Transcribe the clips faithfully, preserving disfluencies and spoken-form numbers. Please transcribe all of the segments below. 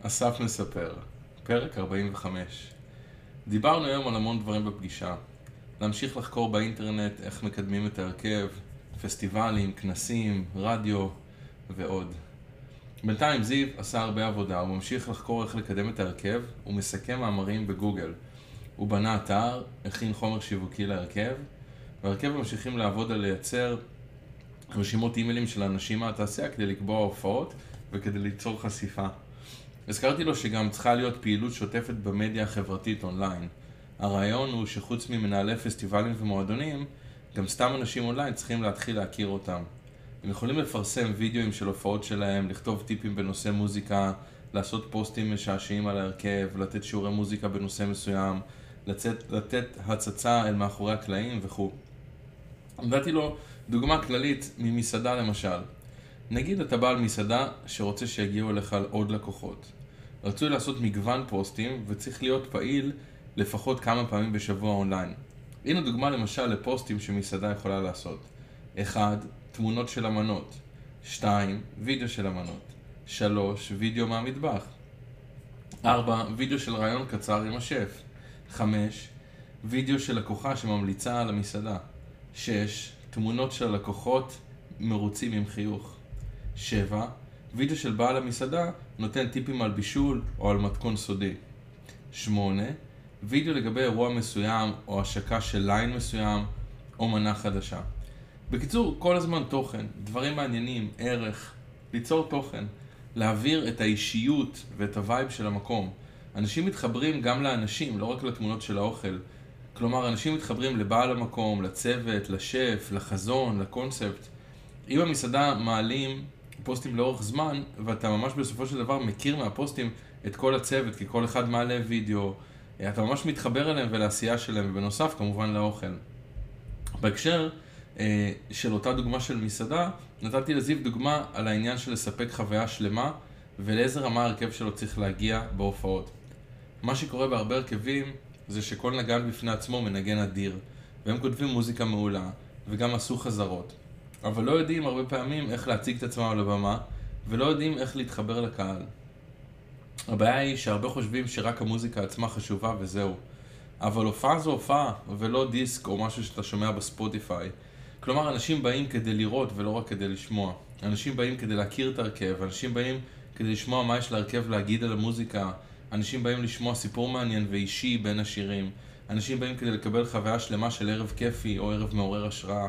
אסף מספר, פרק ארבעים וחמש. דיברנו היום על המון דברים בפגישה. להמשיך לחקור באינטרנט איך מקדמים את ההרכב, פסטיבלים, כנסים, רדיו ועוד. בינתיים זיו עשה הרבה עבודה, הוא ממשיך לחקור איך לקדם את ההרכב, הוא מסכם מאמרים בגוגל. הוא בנה אתר, הכין חומר שיווקי להרכב, וההרכב ממשיכים לעבוד על לייצר רשימות אימיילים של אנשים מהתעשייה כדי לקבוע הופעות וכדי ליצור חשיפה. הזכרתי לו שגם צריכה להיות פעילות שוטפת במדיה החברתית אונליין. הרעיון הוא שחוץ ממנהלי פסטיבלים ומועדונים, גם סתם אנשים אונליין צריכים להתחיל להכיר אותם. הם יכולים לפרסם וידאוים של הופעות שלהם, לכתוב טיפים בנושא מוזיקה, לעשות פוסטים משעשעים על ההרכב, לתת שיעורי מוזיקה בנושא מסוים, לצאת, לתת הצצה אל מאחורי הקלעים וכו'. נתתי לו דוגמה כללית ממסעדה למשל. נגיד אתה בעל מסעדה שרוצה שיגיעו אליך עוד לקוחות. רצוי לעשות מגוון פוסטים וצריך להיות פעיל לפחות כמה פעמים בשבוע אונליין. הנה דוגמה למשל לפוסטים שמסעדה יכולה לעשות. אחד, תמונות של אמנות. שתיים, וידאו של אמנות. שלוש, וידאו מהמטבח. ארבע, וידאו של רעיון קצר עם השף. חמש, וידאו של לקוחה שממליצה על המסעדה. שש, תמונות של לקוחות מרוצים עם חיוך. שבע, וידאו של בעל המסעדה נותן טיפים על בישול או על מתכון סודי. שמונה, וידאו לגבי אירוע מסוים או השקה של ליין מסוים או מנה חדשה. בקיצור, כל הזמן תוכן, דברים מעניינים, ערך, ליצור תוכן, להעביר את האישיות ואת הווייב של המקום. אנשים מתחברים גם לאנשים, לא רק לתמונות של האוכל. כלומר, אנשים מתחברים לבעל המקום, לצוות, לשף, לחזון, לקונספט. אם המסעדה מעלים פוסטים לאורך זמן, ואתה ממש בסופו של דבר מכיר מהפוסטים את כל הצוות, כי כל אחד מעלה וידאו, אתה ממש מתחבר אליהם ולעשייה שלהם, ובנוסף כמובן לאוכל. בהקשר אה, של אותה דוגמה של מסעדה, נתתי לזיו דוגמה על העניין של לספק חוויה שלמה, ולאיזה רמה הרכב שלו צריך להגיע בהופעות. מה שקורה בהרבה הרכבים, זה שכל נגן בפני עצמו מנגן אדיר, והם כותבים מוזיקה מעולה, וגם עשו חזרות. אבל לא יודעים הרבה פעמים איך להציג את עצמם על הבמה, ולא יודעים איך להתחבר לקהל. הבעיה היא שהרבה חושבים שרק המוזיקה עצמה חשובה וזהו. אבל הופעה זו הופעה, ולא דיסק או משהו שאתה שומע בספוטיפיי. כלומר, אנשים באים כדי לראות ולא רק כדי לשמוע. אנשים באים כדי להכיר את ההרכב, אנשים באים כדי לשמוע מה יש להרכב להגיד על המוזיקה, אנשים באים לשמוע סיפור מעניין ואישי בין השירים, אנשים באים כדי לקבל חוויה שלמה של ערב כיפי או ערב מעורר השראה.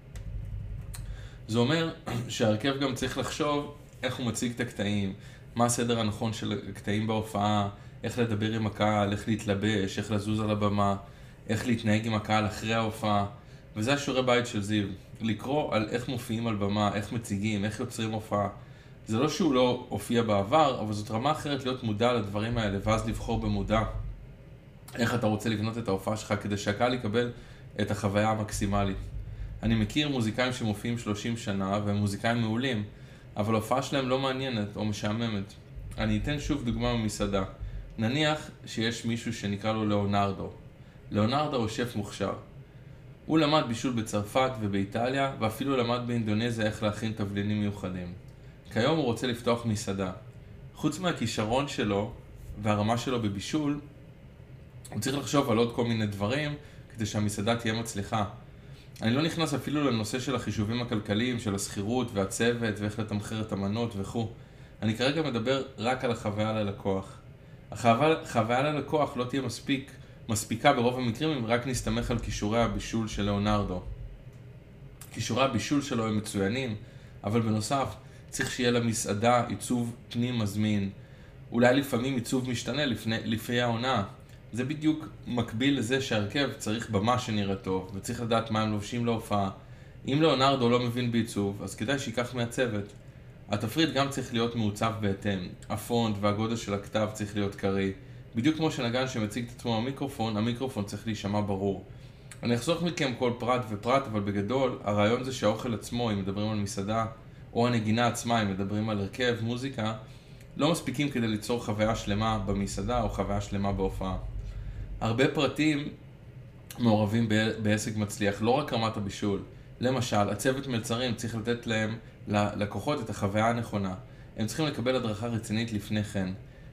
זה אומר שההרכב גם צריך לחשוב איך הוא מציג את הקטעים, מה הסדר הנכון של הקטעים בהופעה, איך לדבר עם הקהל, איך להתלבש, איך לזוז על הבמה, איך להתנהג עם הקהל אחרי ההופעה. וזה השיעורי בית של זיו, לקרוא על איך מופיעים על במה, איך מציגים, איך יוצרים הופעה. זה לא שהוא לא הופיע בעבר, אבל זאת רמה אחרת להיות מודע לדברים האלה, ואז לבחור במודע איך אתה רוצה לבנות את ההופעה שלך כדי שהקהל יקבל את החוויה המקסימלית. אני מכיר מוזיקאים שמופיעים שלושים שנה והם מוזיקאים מעולים, אבל ההופעה שלהם לא מעניינת או משעממת. אני אתן שוב דוגמה ממסעדה. נניח שיש מישהו שנקרא לו ליאונרדו. ליאונרדו הוא שף מוכשר. הוא למד בישול בצרפת ובאיטליה, ואפילו למד באינדונזיה איך להכין תבלינים מיוחדים. כיום הוא רוצה לפתוח מסעדה. חוץ מהכישרון שלו והרמה שלו בבישול, הוא צריך לחשוב על עוד כל מיני דברים כדי שהמסעדה תהיה מצליחה. אני לא נכנס אפילו לנושא של החישובים הכלכליים, של הסחירות והצוות ואיך לתמחר את המנות וכו'. אני כרגע מדבר רק על החוויה ללקוח. החוויה ללקוח לא תהיה מספיק, מספיקה ברוב המקרים אם רק נסתמך על כישורי הבישול של ליאונרדו. כישורי הבישול שלו הם מצוינים, אבל בנוסף צריך שיהיה למסעדה עיצוב פנים מזמין. אולי לפעמים עיצוב משתנה לפני, לפי העונה. זה בדיוק מקביל לזה שהרכב צריך במה שנראה טוב, וצריך לדעת מה הם לובשים להופעה. אם ליאונרדו לא מבין בעיצוב, אז כדאי שיקח מהצוות. התפריט גם צריך להיות מעוצב בהתאם. הפונט והגודל של הכתב צריך להיות קריא. בדיוק כמו שנגן שמציג את עצמו המיקרופון, המיקרופון צריך להישמע ברור. אני אחסוך מכם כל פרט ופרט, אבל בגדול, הרעיון זה שהאוכל עצמו, אם מדברים על מסעדה, או הנגינה עצמה, אם מדברים על הרכב, מוזיקה, לא מספיקים כדי ליצור חוויה שלמה במסעדה או חוויה שלמה בהופעה. הרבה פרטים מעורבים בעסק מצליח, לא רק רמת הבישול. למשל, הצוות מלצרים צריך לתת להם, ללקוחות, את החוויה הנכונה. הם צריכים לקבל הדרכה רצינית לפני כן.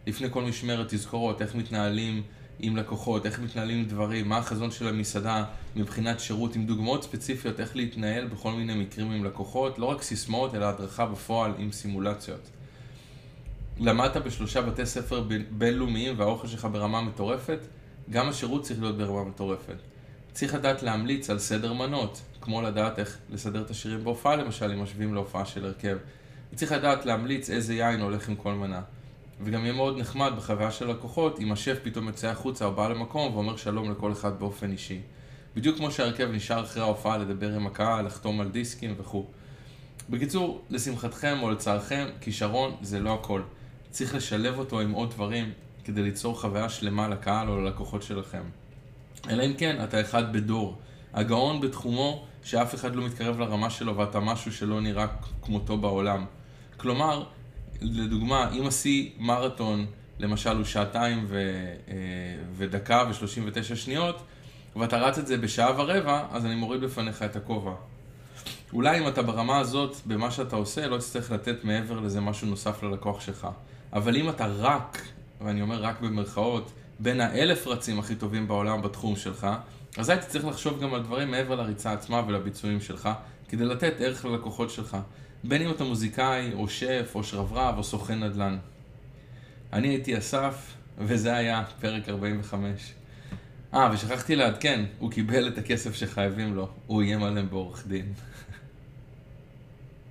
לפני כל משמרת תזכורות, איך מתנהלים עם לקוחות, איך מתנהלים עם דברים, מה החזון של המסעדה מבחינת שירות, עם דוגמאות ספציפיות, איך להתנהל בכל מיני מקרים עם לקוחות, לא רק סיסמאות, אלא הדרכה בפועל עם סימולציות. למדת בשלושה בתי ספר בינלאומיים והאוכל שלך ברמה מטורפת, גם השירות צריך להיות ברמה מטורפת. צריך לדעת להמליץ על סדר מנות, כמו לדעת איך לסדר את השירים בהופעה, למשל, אם משווים להופעה של הרכב. צריך לדעת להמליץ איזה יין הולך עם כל מנה. וגם יהיה מאוד נחמד בחוויה של לקוחות, אם השף פתאום יוצא החוצה או בא למקום ואומר שלום לכל אחד באופן אישי. בדיוק כמו שהרכב נשאר אחרי ההופעה לדבר עם הקהל, לחתום על דיסקים וכו'. בקיצור, לשמחתכם או לצערכם, כישרון זה לא הכל. צריך לשלב אותו עם עוד דברים כדי ליצור חוויה שלמה לקהל או ללקוחות שלכם. אלא אם כן, אתה אחד בדור. הגאון בתחומו שאף אחד לא מתקרב לרמה שלו ואתה משהו שלא נראה כמותו בעולם. כלומר, לדוגמה, אם עשי מרתון, למשל הוא שעתיים ו... ודקה ו-שלושים ותשע שניות, ואתה רץ את זה בשעה ורבע, אז אני מוריד בפניך את הכובע. אולי אם אתה ברמה הזאת, במה שאתה עושה, לא תצטרך לתת מעבר לזה משהו נוסף ללקוח שלך. אבל אם אתה רק, ואני אומר רק במרכאות, בין האלף רצים הכי טובים בעולם בתחום שלך, אז היית צריך לחשוב גם על דברים מעבר לריצה עצמה ולביצועים שלך, כדי לתת ערך ללקוחות שלך. בין אם אתה מוזיקאי, או שף, או שרברב, או סוכן נדל"ן. אני הייתי אסף, וזה היה פרק ארבעים וחמש. אה, ושכחתי לעדכן, הוא קיבל את הכסף שחייבים לו, הוא יהיה מלא בעורך דין.